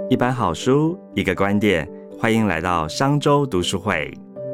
一本好书，一个观点，欢迎来到商周读书会。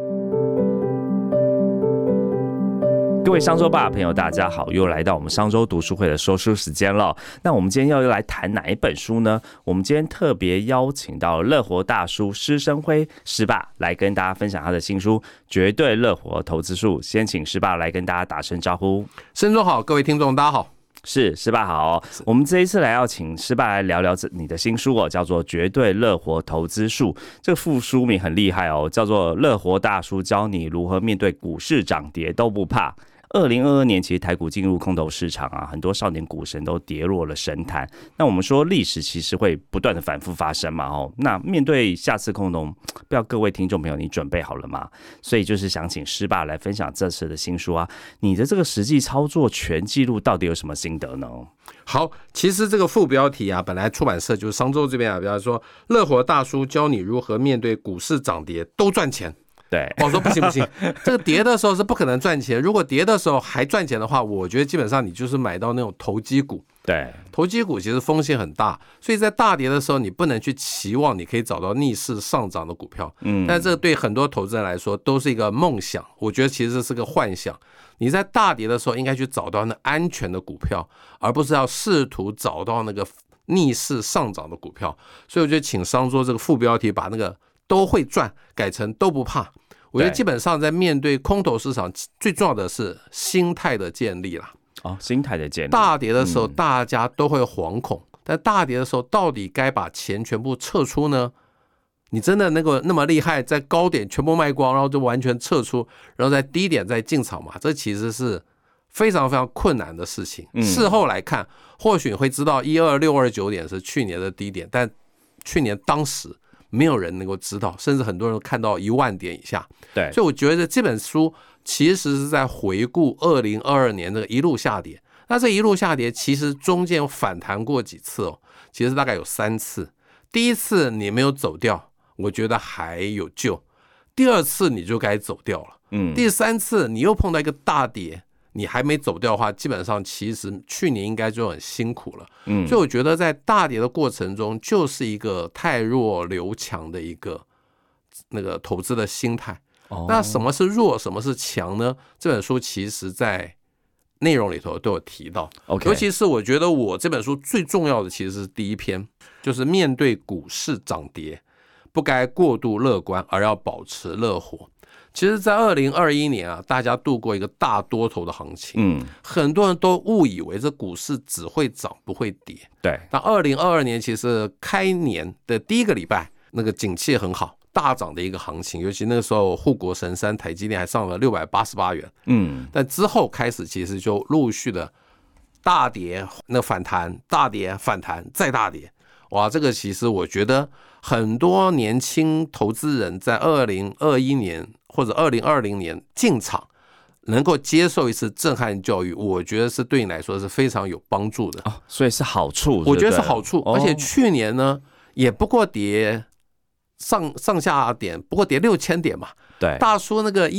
各位商周吧的朋友，大家好，又来到我们商周读书会的说书时间了。那我们今天要来谈哪一本书呢？我们今天特别邀请到乐活大叔施昇辉施爸来跟大家分享他的新书《绝对乐活投资术》。先请施爸来跟大家打声招呼。 深中好，各位听众大家好。 是施爸好，我们这一次来要请施爸来聊聊你的新书叫做《绝对乐活投资术》。这个副书名很厉害叫做《乐活大叔教你如何面对股市涨跌都不怕》。2022年其实台股进入空头市场很多少年股神都跌落了神坛。那我们说历史其实会不断的反复发生嘛那面对下次空头，不知道各位听众朋友你准备好了吗？所以就是想请施爸来分享这次的新书你的这个实际操作全记录到底有什么心得呢？ 好，其实这个副标题本来出版社就是商周这边比方说乐活大叔教你如何面对股市涨跌都赚钱。 对， 我说不行，这个跌的时候是不可能赚钱。如果跌的时候还赚钱的话，我觉得基本上你就是买到那种投机股。 对， 投机股其实风险很大，所以在大跌的时候，你不能去期望你可以找到逆势上涨的股票。但这对很多投资人来说都是一个梦想，我觉得其实是个幻想。你在大跌的时候应该去找到那安全的股票，而不是要试图找到那个逆势上涨的股票。所以我觉得请商周这个副标题把那个都会赚改成都不怕。我觉得基本上在面对空头市场，最重要的是心态的建立啦。 心态的建立。 大跌的时候大家都会惶恐，但大跌的时候到底该把钱全部撤出呢？你真的那么厉害，在高点全部卖光，然后就完全撤出，然后在低点再进场嘛？这其实是非常非常困难的事情。事后来看，或许你会知道12629点是去年的低点，但去年当时没有人能够知道，甚至很多人都看到10000点以下。 对， 所以我觉得这本书其实是在回顾2022年那个一路下跌。那这一路下跌其实中间有反弹过几次其实大概有3次。第一次你没有走掉，我觉得还有救。第二次你就该走掉了。第三次你又碰到一个大跌，你还没走掉的话，基本上其实去年应该就很辛苦了。所以我觉得在大跌的过程中，就是一个太弱留强的一个那个投资的心态。那什么是弱，什么是强呢？这本书其实在内容里头都有提到。尤其是我觉得我这本书最重要的其实是第一篇，就是面对股市涨跌，不该过度乐观，而要保持乐活。其实在2021年大家度过一个大多头的行情。很多人都误以为这股市只会涨不会跌。 对， 那2022年其实开年的第一个礼拜，那个景气很好，大涨的一个行情，尤其那个时候护国神山台积电还上了688元。但之后开始其实就陆续的大跌，那反弹，大跌反弹再大跌。哇，这个其实我觉得很多年轻投资人在2021年或者2020年进场，能够接受一次震撼教育，我觉得是对你来说是非常有帮助的。 所以是好处， 我觉得是好处。而且去年呢也不过跌上下点，不过跌6000点嘛。 对， 大叔那个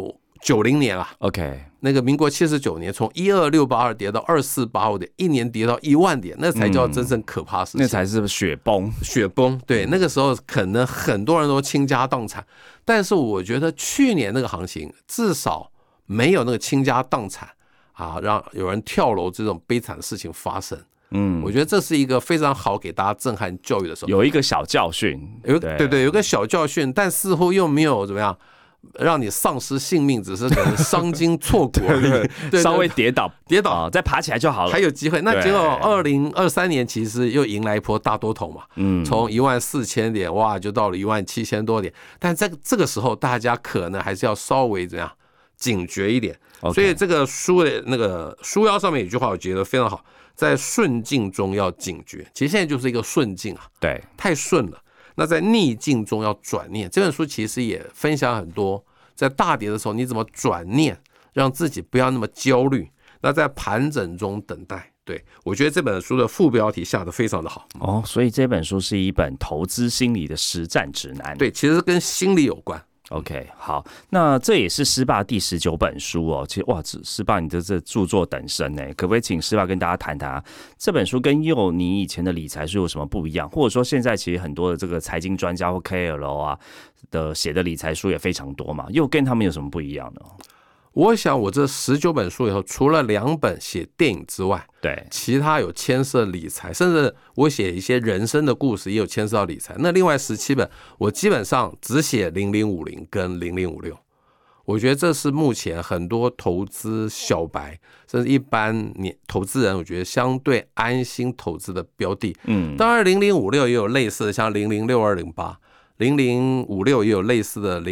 1990年 OK， 那个民国79年从12682跌到2485点，一年跌到10000点，那才叫真正可怕的事情。 那才是雪崩。 对，那个时候可能很多人都倾家荡产，但是我觉得去年那个行情至少没有那个倾家荡产让有人跳楼这种悲惨的事情发生。我觉得这是一个非常好给大家震撼教育的时候， 有一个小教训。 对，有个小教训，但似乎又没有怎么样让你丧失性命，只是可能伤筋错骨而已。 稍微跌倒再爬起来就好了， 还有机会。那结果2023年其实又迎来一波大多头嘛。从14000点就到了17000多点。但这个时候大家可能还是要稍微怎样警觉一点。所以这个书的那个书腰上面有一句话我觉得非常好，在顺境中要警觉。其实现在就是一个顺境对， 太顺了。那在逆境中要转念，这本书其实也分享很多，在大跌的时候你怎么转念，让自己不要那么焦虑。那在盘整中等待。对，我觉得这本书的副标题下得非常的好。 所以这本书是一本投资心理的实战指南。 对，其实跟心理有关。 OK， 好，那这也是施爸第19本书哦。其实哇，施爸你的这著作等身呢，可不可以请施爸跟大家谈谈这本书跟你以前的理财书有什么不一样？或者说现在其实很多的这个财经专家或 KOL 啊的写的理财书也非常多嘛，又跟他们有什么不一样呢？ 我想我这19本书以后，除了2本写电影之外， 对， 其他有牵涉理财，甚至我写一些人生的故事也有牵涉到理财。那另外17本，我基本上只写0050跟0056。我觉得这是目前很多投资小白，甚至一般投资人，我觉得相对安心投资的标的。当然0056也有类似的，像006208、0056也有类似的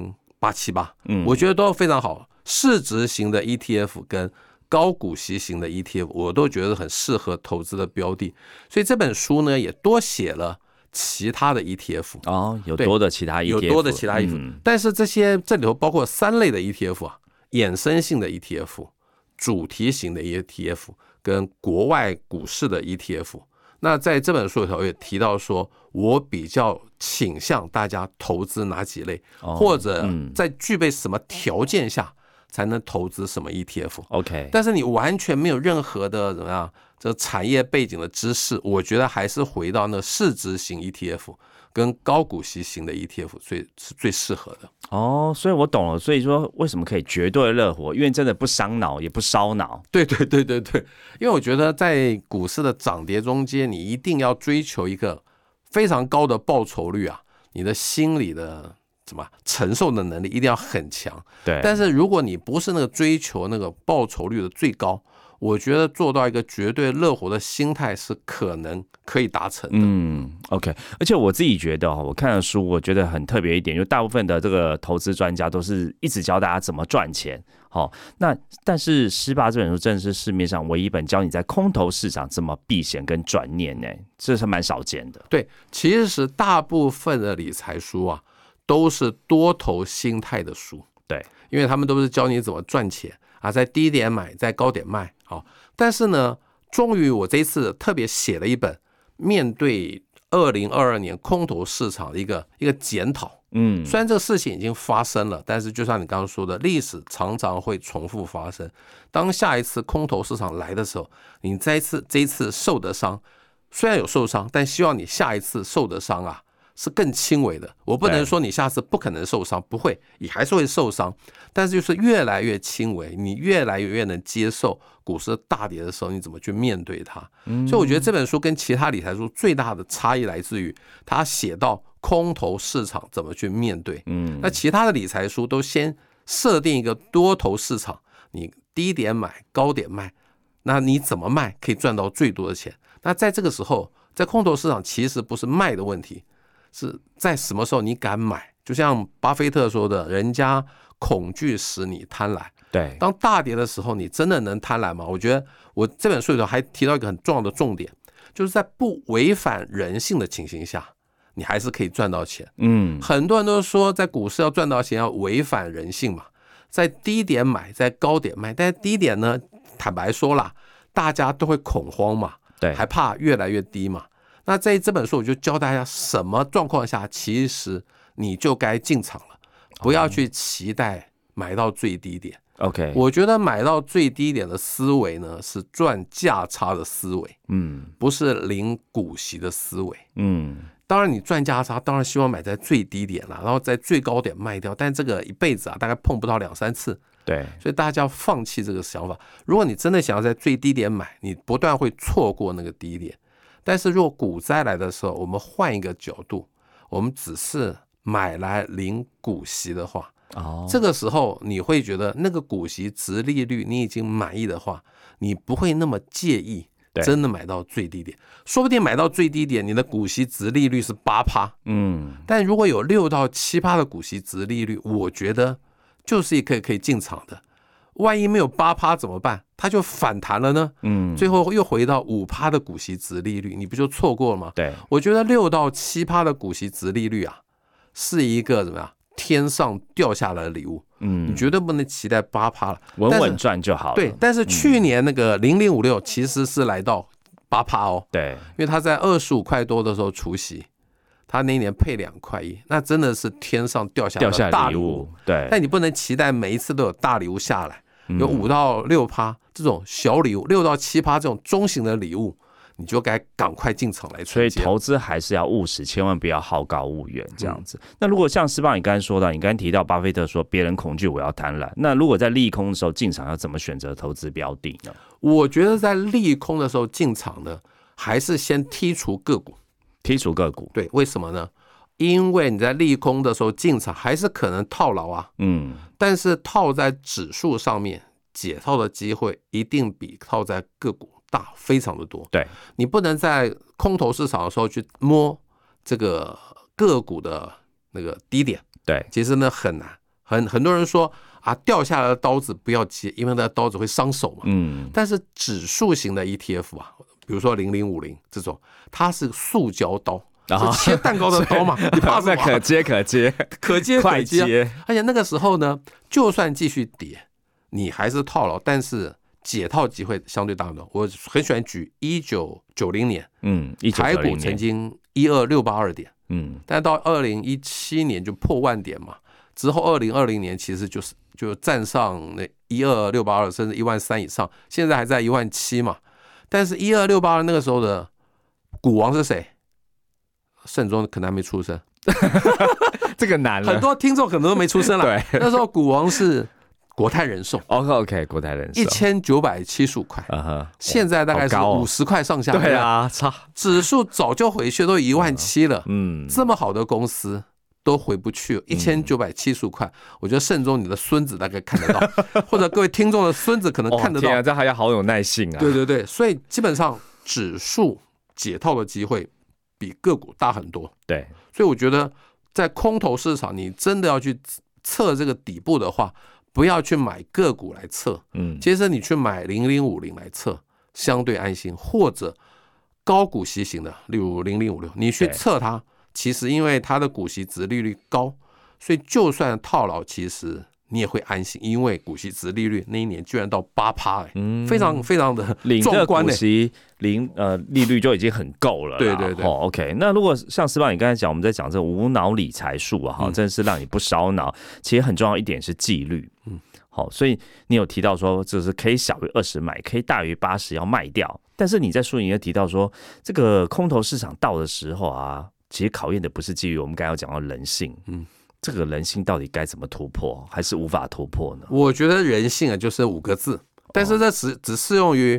00878，我觉得都非常好。市值型的 ETF 跟高股息型的 ETF， 我都觉得很适合投资的标的。所以这本书呢，也多写了其他的 ETF 哦，有多的其他 ETF， 有多的其他 ETF，但是这里头包括3类的 ETF 啊，衍生性的 ETF、主题型的 ETF 跟国外股市的 ETF。那在这本书里头也提到说，我比较倾向大家投资哪几类，或者在具备什么条件下才能投资什么 ETF。OK， 但是你完全没有任何的怎么样这产业背景的知识，我觉得还是回到那市值型 ETF 跟高股息型的 ETF 是最适合的。 哦，所以我懂了。所以说为什么可以绝对乐活，因为真的不伤脑也不烧脑。 对，因为我觉得在股市的涨跌中间，你一定要追求一个非常高的报酬率啊，你的心理的承受的能力一定要很强。 对， 但是如果你不是那个追求那个报酬率的最高，我觉得做到一个绝对乐活的心态是可以达成的。 OK， 而且我自己觉得我看的书，我觉得很特别一点，就大部分的这个投资专家都是一直教大家怎么赚钱。那但是施爸这本书真的是市面上唯一一本教你在空头市场怎么避险跟转念呢，这是蛮少见的。 对，其实大部分的理财书啊，都是多头心态的书。 对， 因为他们都是教你怎么赚钱啊，在低点买，在高点卖。但是呢，终于我这一次特别写了一本面对2022年空头市场的一个检讨。虽然这个事情已经发生了，但是就像你刚刚说的，历史常常会重复发生。当下一次空头市场来的时候，你这一次受的伤，虽然有受伤，但希望你下一次受的伤啊是更轻微的。我不能说你下次不可能受伤，不会，你还是会受伤，但是就是越来越轻微，你越来越能接受股市大跌的时候你怎么去面对它。所以我觉得这本书跟其他理财书最大的差异来自于它写到空头市场怎么去面对。那其他的理财书都先设定一个多头市场，你低点买高点卖，那你怎么卖可以赚到最多的钱。那在这个时候，在空头市场其实不是卖的问题，是在什么时候你敢买。就像巴菲特说的，人家恐惧使你贪婪。 对， 当大跌的时候你真的能贪婪吗？我觉得我这本书里头还提到一个很重要的重点，就是在不违反人性的情形下，你还是可以赚到钱。很多人都说在股市要赚到钱要违反人性嘛，在低点买，在高点卖。但是低点呢，坦白说啦，大家都会恐慌嘛， 对， 还怕越来越低嘛。那在这本书我就教大家什么状况下其实你就该进场了，不要去期待买到最低点。 OK， 我觉得买到最低点的思维呢，是赚价差的思维，不是领股息的思维。当然你赚价差，当然希望买在最低点啦，然后在最高点卖掉，但这个一辈子啊，大概碰不到2-3次。 对， 所以大家要放弃这个想法。如果你真的想要在最低点买，你不断会错过那个低点。但是如果股灾来的时候，我们换一个角度，我们只是买来领股息的话，这个时候你会觉得那个股息殖利率你已经满意的话，你不会那么介意真的买到最低点。说不定买到最低点，你的股息殖利率是 8%，但如果有6到7%的股息殖利率，我觉得就是一个可以进场的。万一没有 8% 怎么办？它就反弹了呢。最后又回到 5% 的股息殖利率，你不就错过了吗？ 对， 我觉得6到7% 的股息殖利率啊，是一个怎么样天上掉下来的礼物。你绝对不能期待 8% 了， 稳稳赚就好了。 对，但是去年那个0056其实是来到 8% 哦。 对， 因为它在25块多的时候除息， 他那一年配2.1块，那真的是天上掉下来的大礼物。 对， 但你不能期待每一次都有大礼物下来，有5到6%这种小礼物，6到7%这种中型的礼物，你就该赶快进场来承接。 所以投资还是要务实，千万不要好高骛远这样子。那如果像施爸你刚才说到，你刚才提到巴菲特说别人恐惧我要贪婪，那如果在利空的时候进场，要怎么选择投资标的呢？ 我觉得在利空的时候进场呢，还是先剔除个股。 剔除个股， 对，为什么呢？因为你在利空的时候进场，还是可能套牢啊。但是套在指数上面，解套的机会一定比套在个股大非常的多。 对， 你不能在空头市场的时候去摸这个个股的那个低点。 对， 其实呢很难。很多人说啊，掉下来的刀子不要接，因为那刀子会伤手嘛。但是指数型的 ETF 啊，比如说0050这种，它是塑胶刀，是切蛋糕的刀嘛，你怕什么？ 可接可接， 可接快可接接。 而且那个时候呢，就算继续跌，你还是套牢，但是解套机会相对大的。我很喜欢举1990年，台股曾经12682点，但到2017年就破万点嘛，之后2020年其实就站上那12682甚至13000以上，现在还在17000嘛。但是12682那个时候的股王是谁？慎中可能还没出生， 这个难了， 很多听众可能都没出生了。 对， 那时候股王是国泰人寿。 OK， 国泰人寿 1975块，现在大概是50块上下。 对啊，差指数早就回去，都17000了。这么好的公司都回不去，1975块，我觉得慎中你的孙子大概看得到，或者各位听众的孙子可能看得到。 天啊，这还要好有耐性啊！ 对，所以基本上指数解套的机会比个股大很多。 对， 所以我觉得在空头市场，你真的要去测这个底部的话，不要去买个股来测，其实你去买0050来测，相对安心，或者高股息型的，例如0056，你去测它。其实因为它的股息殖利率高，所以就算套牢，其实你也会安心，因为股息殖利率那一年居然到8%，非常非常的壮观。 领这股息利率就已经很够了。 对 ，OK。那如果像施爸你刚才讲，我们在讲这无脑理财术啊，真的是让你不烧脑。其实很重要一点是纪律。好，所以你有提到说，就是可以小于20买，可以大于80要卖掉。但是你在书里也提到说，这个空头市场到的时候啊，其实考验的不是基于我们刚才有讲到人性，这个人性到底该怎么突破，还是无法突破呢？ 我觉得人性啊，就是5个字，但是这只适用于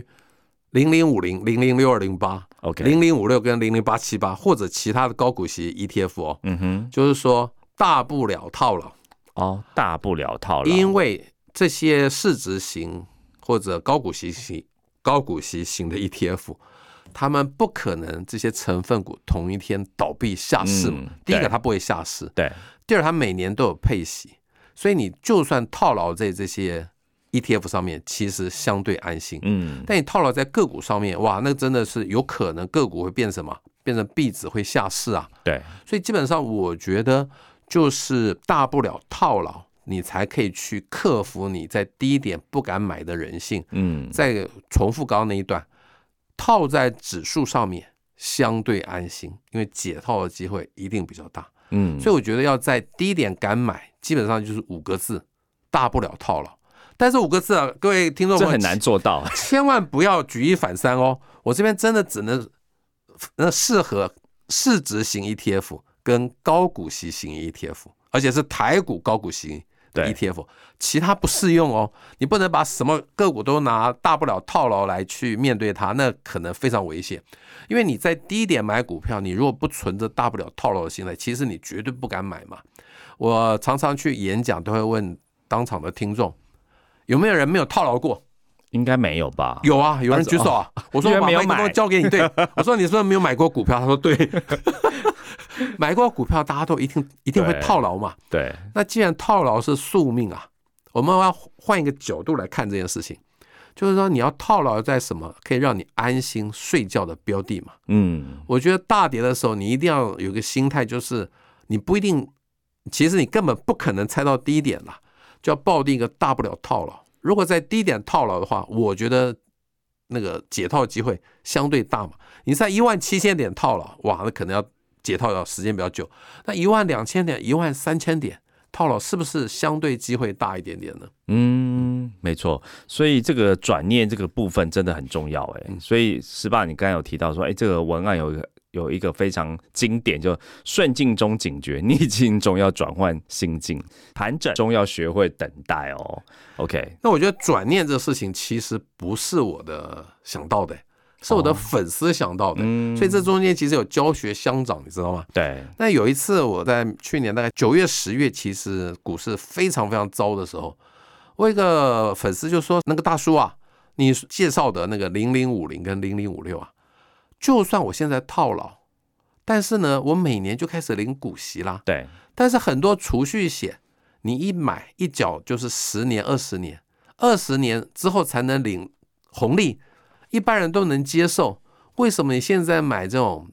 0050、006208、0056跟00878或者其他的高股息 ETF 哦。就是说大不了套牢哦，大不了套牢， 因为这些市值型或者高股息型的 ETF。他们不可能这些成分股同一天倒闭下市嘛。第一个，它不会下市； 对， 第二，它每年都有配息，所以你就算套牢在这些 ETF 上面，其实相对安心。但你套牢在个股上面，哇，那真的是有可能个股会变什么？变成币值会下市啊。 对， 所以基本上我觉得就是大不了套牢，你才可以去克服你在低点不敢买的人性。再重复刚刚那一段。套在指数上面相对安心，因为解套的机会一定比较大。所以我觉得要在低点敢买，基本上就是5个字，大不了套牢。但是5个字啊，各位听众朋友， 这很难做到， 千万不要举一反三哦。我这边真的只能适合市值型 ETF 跟高股息型 ETF， 而且是台股高股息ETF， 其他不适用哦。你不能把什么个股都拿大不了套牢来去面对它，那可能非常危险。因为你在低点买股票，你如果不存着大不了套牢的心态，其实你绝对不敢买嘛。我常常去演讲，都会问当场的听众，有没有人没有套牢过？ 应该没有吧？ 有啊，有人举手啊。我说把麦克风交给你，对，我说你是不是没有买过股票？他说对。买过股票，大家都一定会套牢嘛。 对。 那既然套牢是宿命啊，我们要换一个角度来看这件事情，就是说你要套牢在什么可以让你安心睡觉的标的嘛。我觉得大跌的时候，你一定要有一个心态，就是你不一定，其实你根本不可能猜到低点啦，就要抱定一个大不了套牢。如果在低点套牢的话，我觉得那个解套机会相对大嘛。你在17000点套牢，哇，那可能要解套的时间比较久。那12000点、13000点套牢，是不是相对机会大一点点呢？ 没错。所以这个转念这个部分真的很重要所以18，你刚才有提到说，这个文案有一个非常经典，就顺境中警觉，逆境中要转换心境，盘整中要学会等待哦。OK， 那我觉得转念这个事情其实不是我的想到的，是我的粉丝想到的，所以这中间其实有教学相长，你知道吗？ 对。 那有一次我在去年大概9月、10月，其实股市非常非常糟的时候，我有一个粉丝就说：“那个大叔啊，你介绍的那个0050跟0056啊，就算我现在套牢，但是呢，我每年就开始领股息啦。 对。 但是很多储蓄险，你一买一缴就是10年、20年，20年之后才能领红利，一般人都能接受。为什么你现在买这种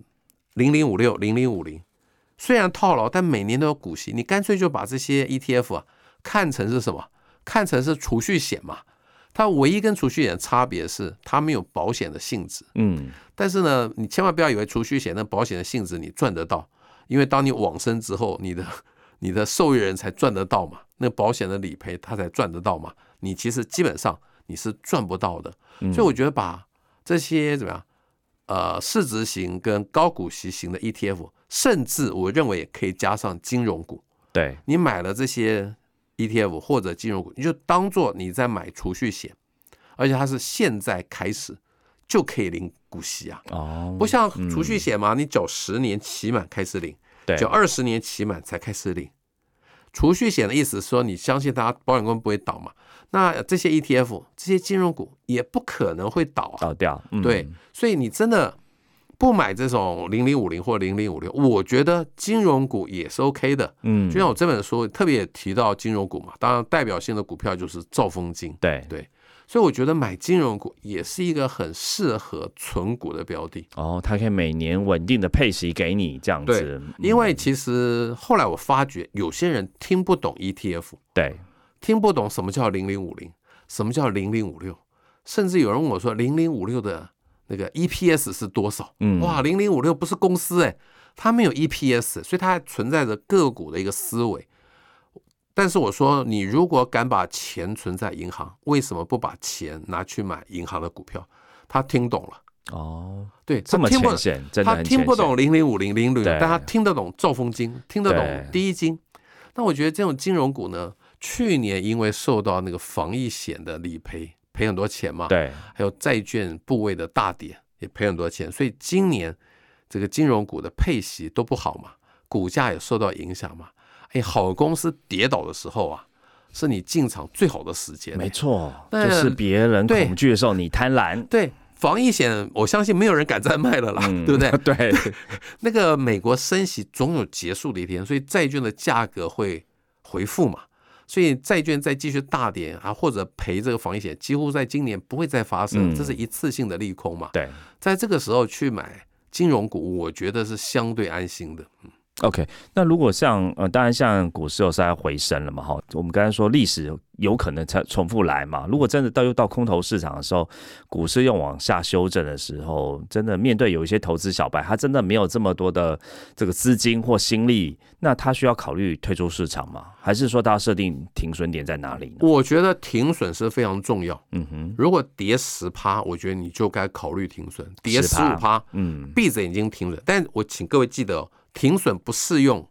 0056、0050，虽然套牢，但每年都有股息，你干脆就把这些 ETF 啊看成是什么？看成是储蓄险嘛。它唯一跟储蓄险的差别是它没有保险的性质。但是呢，你千万不要以为储蓄险那保险的性质你赚得到，因为当你往生之后，你的受益人才赚得到嘛，那保险的理赔他才赚得到嘛，你其实基本上你是赚不到的。所以我觉得把这些怎么样，市值型跟高股息型的 ETF， 甚至我认为也可以加上金融股。 对， 你买了这些 ETF 或者金融股，你就当做你在买储蓄险，而且它是现在开始就可以领股息啊。不像储蓄险嘛，你缴10年期满开始领，缴20年期满才开始领。储蓄险的意思是说，你相信它保险公司不会倒嘛？那这些 ETF、这些金融股也不可能会倒啊， 倒掉。 对，所以你真的不买这种0050或0056，我觉得金融股也是 OK 的。就像我这本书特别也提到金融股嘛，当然代表性的股票就是兆丰金。 对， 所以我觉得买金融股也是一个很适合存股的标的。 它可以每年稳定的配息给你这样子。 对，因为其实后来我发觉有些人听不懂 ETF， 对， 听不懂什么叫0050，什么叫0056，甚至有人问我说0056的那个 EPS 是多少？哇，0056不是公司它没有 EPS， 所以它还存在着个股的一个思维。但是我说，你如果敢把钱存在银行，为什么不把钱拿去买银行的股票？他听懂了。对， 这么浅显，真的很浅显。 他听不懂0050、0056，但他听得懂兆丰金，听得懂第一金。那我觉得这种金融股呢，去年因为受到那个防疫险的理赔，赔很多钱嘛， 对， 还有债券部位的大跌，也赔很多钱，所以今年这个金融股的配息都不好嘛，股价也受到影响嘛。好公司跌倒的时候啊，是你进场最好的时间。 没错，就是别人恐惧的时候，你贪婪。 对，防疫险我相信没有人敢再卖了啦，对不对？ 对， 那个美国升息总有结束的一天，所以债券的价格会回复嘛，所以债券再继续大跌啊，或者赔这个防疫险，几乎在今年不会再发生，这是一次性的利空嘛。 对， 在这个时候去买金融股，我觉得是相对安心的。 OK， 那如果像当然像股市有在回升了嘛，我们刚才说历史有可能重复来嘛。如果真的又到空头市场的时候，股市又往下修正的时候，真的面对有一些投资小白，他真的没有这么多的这个资金或心力，那他需要考虑退出市场吗？还是说他设定停损点在哪里呢？ 我觉得停损是非常重要。如果跌10%，我觉得你就该考虑停损；跌15%，闭着眼睛停损。但我请各位记得停损不适用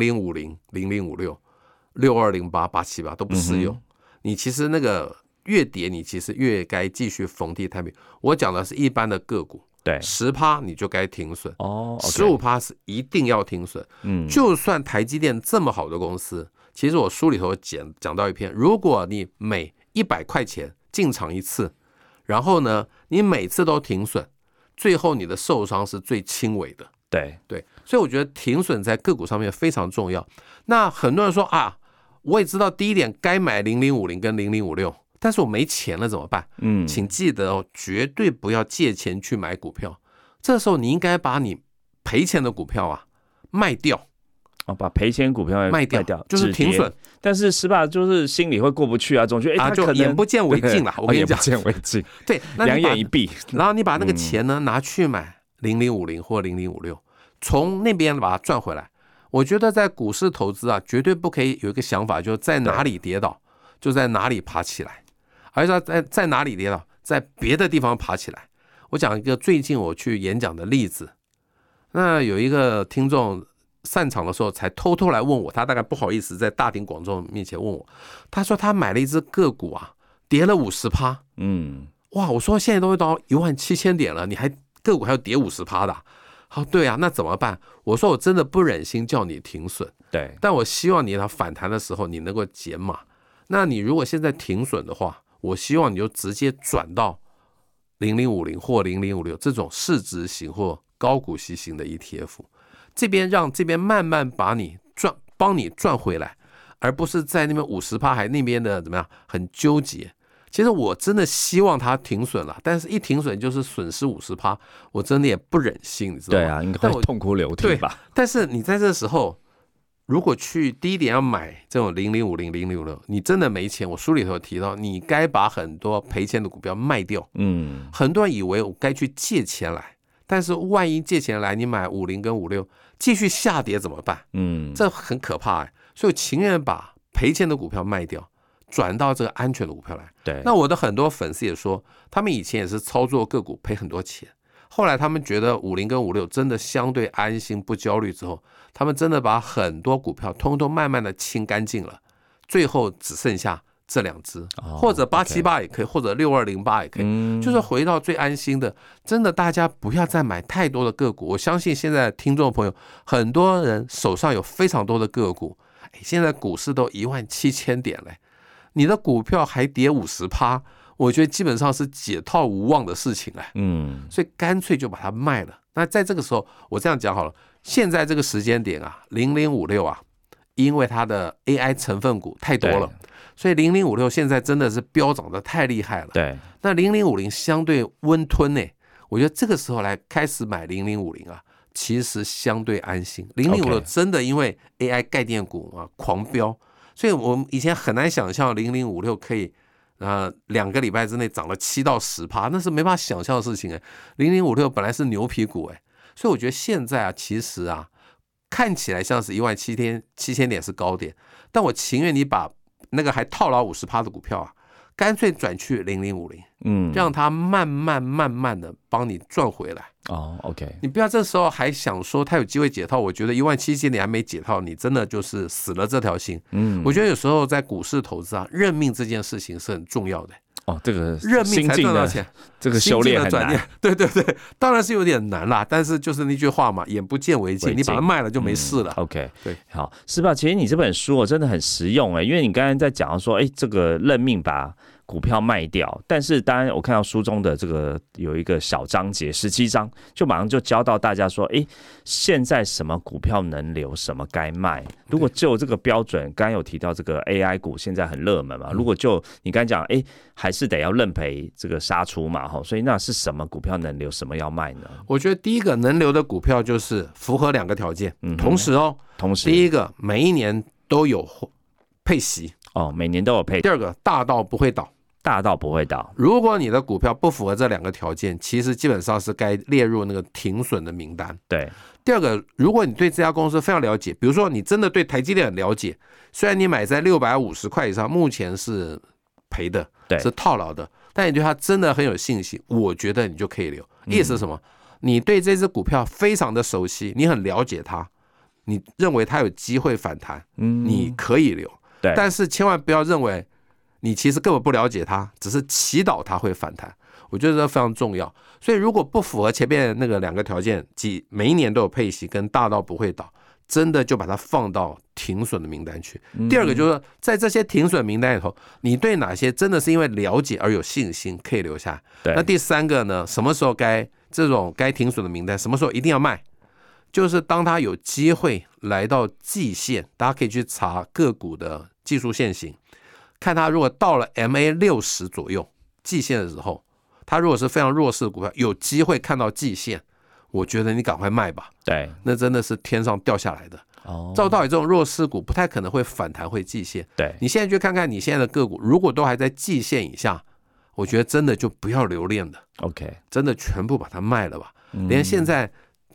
0050、0056、6208、878都不适用。你其实那个越跌，你其实越该继续逢低摊平。我讲的是一般的个股，对，10%你就该停损，15% 是一定要停损。就算台积电这么好的公司，其实我书里头讲到一篇，如果你每100块钱进场一次，然后呢，你每次都停损，最后你的受伤是最轻微的。对，所以我觉得停损在个股上面非常重要。那很多人说啊，我也知道第一点该买0050跟0056，但是我没钱了怎么办？请记得绝对不要借钱去买股票。这时候你应该把你赔钱的股票啊卖掉。 把赔钱股票卖掉， 就是停损。 但是18就是心里会过不去啊，总觉得他可能就眼不见为净了。我跟你讲， 眼不见为净。 对， 两眼一闭， 然后你把那个钱呢拿去买0050或0056， 从那边把它赚回来。我觉得在股市投资啊，绝对不可以有一个想法，就是在哪里跌倒就在哪里爬起来，而是在哪里跌倒，在别的地方爬起来。我讲一个最近我去演讲的例子，那有一个听众散场的时候才偷偷来问我，他大概不好意思在大庭广众面前问我，他说他买了一只个股啊，跌了50%。哇，我说现在都会到17000点了，你还个股还要跌50%的？好，对啊，那怎么办？我说我真的不忍心叫你停损， 对， 但我希望你它反弹的时候你能够减码。那你如果现在停损的话，我希望你就直接转到0050或0056这种市值型或高股息型的 ETF， 这边让这边慢慢把你帮你赚回来，而不是在那边50%还那边的怎么样很纠结。其实我真的希望它停损了，但是一停损就是损失50%，我真的也不忍心，你知道吗？ 对啊，应该会痛哭流涕吧？ 但是你在这时候，如果去第一点要买这种0050、0056，你真的没钱。我书里头有提到，你该把很多赔钱的股票卖掉。很多人以为我该去借钱来，但是万一借钱来，你买50跟56继续下跌怎么办？这很可怕所以我情愿把赔钱的股票卖掉，转到这个安全的股票来。 对， 那我的很多粉丝也说，他们以前也是操作个股赔很多钱，后来他们觉得50跟56真的相对安心不焦虑之后，他们真的把很多股票通通慢慢的清干净了，最后只剩下这2只，或者878也可以，或者6208也可以，就是回到最安心的。真的大家不要再买太多的个股，我相信现在听众朋友很多人手上有非常多的个股，现在股市都17000点了，你的股票还跌50%，我觉得基本上是解套无望的事情所以干脆就把它卖了。那在这个时候，我这样讲好了，现在这个时间点啊，0056啊，因为它的 AI 成分股太多了，所以0056现在真的是飙涨的太厉害了。 对， 那0050相对温吞我觉得这个时候来开始买0050啊，其实相对安心。0056真的因为 AI 概念股啊狂飙，所以我们以前很难想象0056可以2个礼拜之内涨了7到10%，那是没办法想象的事情0056本来是牛皮股所以我觉得现在啊，其实啊看起来像是17000点是高点，但我情愿你把那个还套牢50%的股票啊，干脆转去0050，让它慢慢的帮你赚回来。 OK， 你不要这时候还想说它有机会解套，我觉得17000点还没解套，你真的就是死了这条心。我觉得有时候在股市投资啊，认命这件事情是很重要的。 这个认命才赚到钱， 这个修炼很难。 对，当然是有点难啦，但是就是那句话嘛，眼不见为净，你把它卖了就没事了。 OK， 对， 好，是吧？其实你这本书真的很实用因为你刚才在讲说，这个认命把股票卖掉，但是当然我看到书中的这个有一个小章节17章，就马上就教到大家说，现在什么股票能留，什么该卖。如果就这个标准，刚刚有提到这个 AI 股现在很热门嘛，如果就你刚才讲，还是得要认赔这个杀出嘛，所以那是什么股票能留，什么要卖呢？ 我觉得第一个能留的股票就是符合2个条件，同时第一个每一年都有配息每年都有配。 第二个大到不会倒。 大到不会倒。 如果你的股票不符合这2个条件，其实基本上是该列入那个停损的名单。 对。 第二个，如果你对这家公司非常了解，比如说你真的对台积电很了解，虽然你买在650块以上，目前是赔的，是套牢的，但你对它真的很有信心，我觉得你就可以留。意思是什么？你对这只股票非常的熟悉，你很了解它，你认为它有机会反弹，你可以留。 对。 但是千万不要认为你其实根本不了解它，只是祈祷它会反弹，我觉得这非常重要。所以如果不符合前面那个2个条件，即每一年都有配息跟大到不会倒，真的就把它放到停损的名单去。第二个就是在这些停损名单里头，你对哪些真的是因为了解而有信心可以留下。那第3个呢，什么时候该停损的名单，什么时候一定要卖，就是当它有机会来到季线，大家可以去查个股的技术线型，看它如果到了 MA60 左右季线的时候，它如果是非常弱势的股票，有机会看到季线，我觉得你赶快卖吧。 对， 那真的是天上掉下来的。照道理这种弱势股不太可能会反弹会季线。 对， 你现在去看看你现在的个股，如果都还在季线以下，我觉得真的就不要留恋的。 OK， 真的全部把它卖了吧。连现在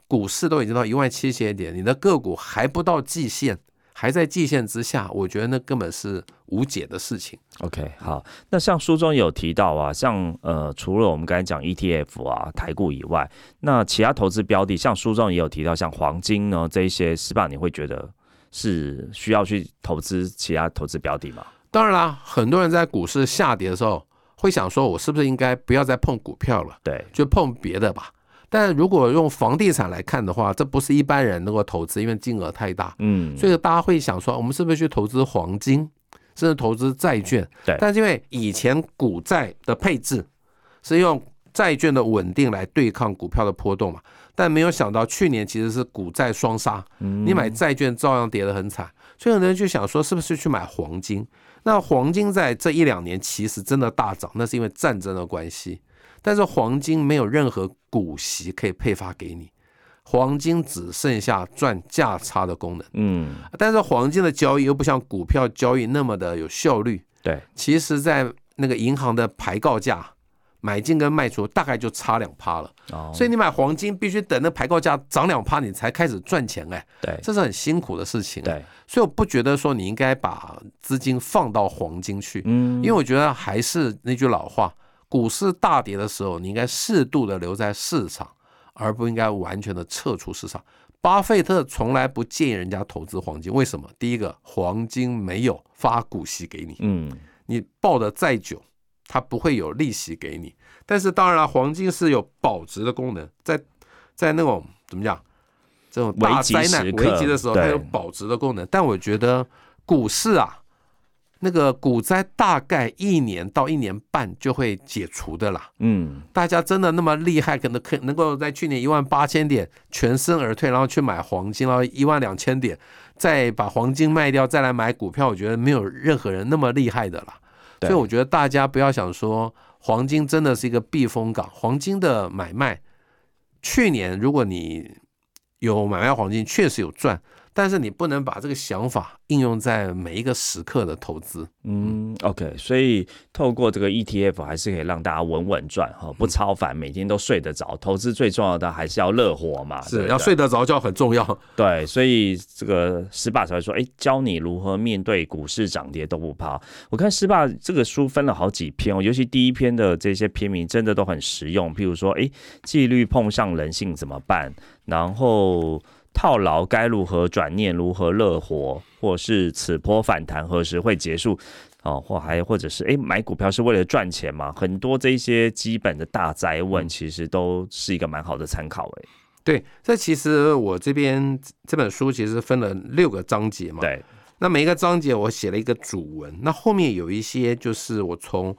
股市都已经到17000点，你的个股还不到季线，还在季线之下，我觉得那根本是无解的事情。 OK， 好，那像书中有提到啊，像除了我们刚才讲 ETF 啊、台股以外，那其他投资标的，像书中也有提到，像黄金呢这一些，18你会觉得是需要去投资其他投资标的吗？ 当然啦，很多人在股市下跌的时候会想说，我是不是应该不要再碰股票了， 对， 就碰别的吧。但如果用房地产来看的话，这不是一般人能够投资，因为金额太大。所以大家会想说，我们是不是去投资黄金，甚至投资债券？ 对。 但是因为以前股债的配置是用债券的稳定来对抗股票的波动嘛，但没有想到去年其实是股债双杀，你买债券照样跌得很惨。所以有人就想说，是不是去买黄金？那黄金在这1-2年其实真的大涨，那是因为战争的关系。但是黄金没有任何股息可以配发给你，黄金只剩下赚价差的功能。但是黄金的交易又不像股票交易那么的有效率。 对， 其实在那个银行的牌告价，买进跟卖出大概就差2%了。所以你买黄金必须等那牌告价涨2%，你才开始赚钱。 对， 这是很辛苦的事情。 对， 所以我不觉得说你应该把资金放到黄金去。因为我觉得还是那句老话，股市大跌的时候，你应该适度的留在市场，而不应该完全的撤出市场。巴菲特从来不建议人家投资黄金，为什么？第一个，黄金没有发股息给你，你抱得再久，它不会有利息给你。但是当然了，黄金是有保值的功能，在那种怎么讲，这种大灾难危机的时候，它有保值的功能。但我觉得股市啊，那个股灾大概1年到1年半就会解除的啦。大家真的那么厉害，可能够在去年18000点全身而退，然后去买黄金，然后12000点再把黄金卖掉，再来买股票，我觉得没有任何人那么厉害的啦。所以我觉得大家不要想说黄金真的是一个避风港，黄金的买卖，去年如果你有买卖黄金，确实有赚。但是你不能把这个想法应用在每一个时刻的投资。 OK， 所以透过这个 ETF 还是可以让大家稳稳赚，不超凡，每天都睡得着。投资最重要的还是要乐活嘛， 是要睡得着觉很重要。 对，所以这个18才会说，教你如何面对股市涨跌都不怕。我看18这个书分了好几篇，尤其第1篇的这些篇名真的都很实用，譬如说，纪律碰上人性怎么办？然后套牢该如何转念，如何乐活，或是此波反弹何时会结束，或者是买股票是为了赚钱吗？很多这些基本的大哉问，其实都是一个蛮好的参考。 对，这其实我这边这本书其实分了6个章节嘛。 对， 那每一个章节我写了一个主文，那后面有一些就是我从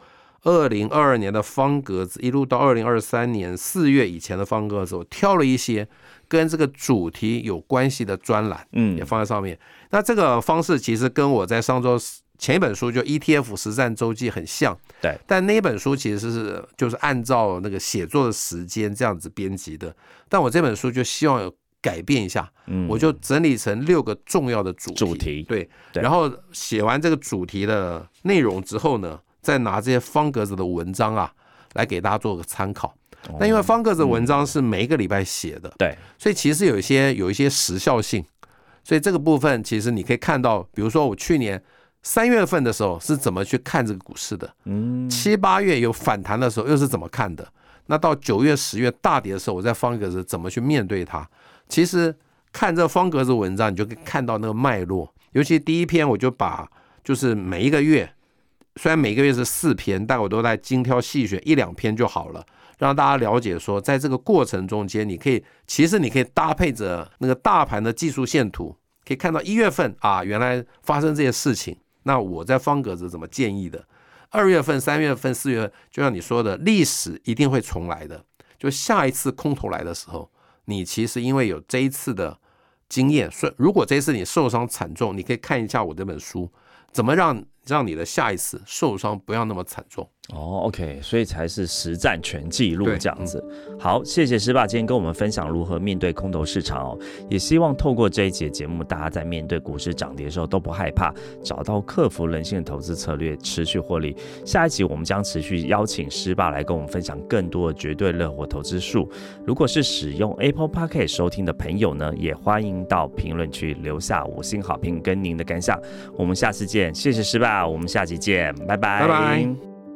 2022年的方格子一路到2023年4月以前的方格子，我挑了一些跟这个主题有关系的专栏，也放在上面。那这个方式其实跟我在上周前一本书就 ETF 实战周记很像， 对， 但那一本书其实就是按照那个写作的时间这样子编辑的，但我这本书就希望有改变一下，我就整理成6个重要的主题，对，然后写完这个主题的内容之后呢，再拿这些方格子的文章啊来给大家做个参考。那因为方格子文章是每一个礼拜写的， 对，所以其实有一些时效性，所以这个部分其实你可以看到，比如说我去年3月份的时候是怎么去看这个股市的，7、8月有反弹的时候又是怎么看的，那到9月、10月大跌的时候，我在方格子怎么去面对它。其实看这方格子文章，你就可以看到那个脉络。尤其第1篇，我就把就是每一个月，虽然每个月是4篇，但我都在精挑细选1-2篇就好了，让大家了解说，在这个过程中间，其实你可以搭配着那个大盘的技术线图，可以看到1月份啊，原来发生这些事情，那我在方格子怎么建议的？2月份、3月份、4月份，就像你说的，历史一定会重来的。就下一次空头来的时候，你其实因为有这一次的经验，如果这一次你受伤惨重，你可以看一下我这本书，怎么让你的下一次受伤不要那么惨重。 OK， 所以才是实战全记录这样子。好，谢谢施爸今天跟我们分享如何面对空头市场也希望透过这一节节目，大家在面对股市涨跌的时候都不害怕，找到克服人性的投资策略，持续获利。下一集我们将持续邀请施爸来跟我们分享更多的绝对乐活投资术。如果是使用 Apple Podcast 收听的朋友呢，也欢迎到评论区留下5星好评跟您的感想。我们下次见，谢谢施爸，我们下集见，拜拜， 拜拜。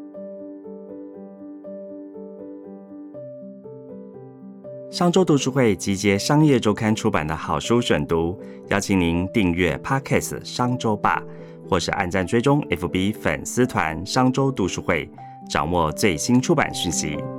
商周读书会集结商业周刊出版的好书选读，邀请您订阅 Podcast 商周吧，或是按赞追踪 FB 粉丝团商周读书会，掌握最新出版讯息。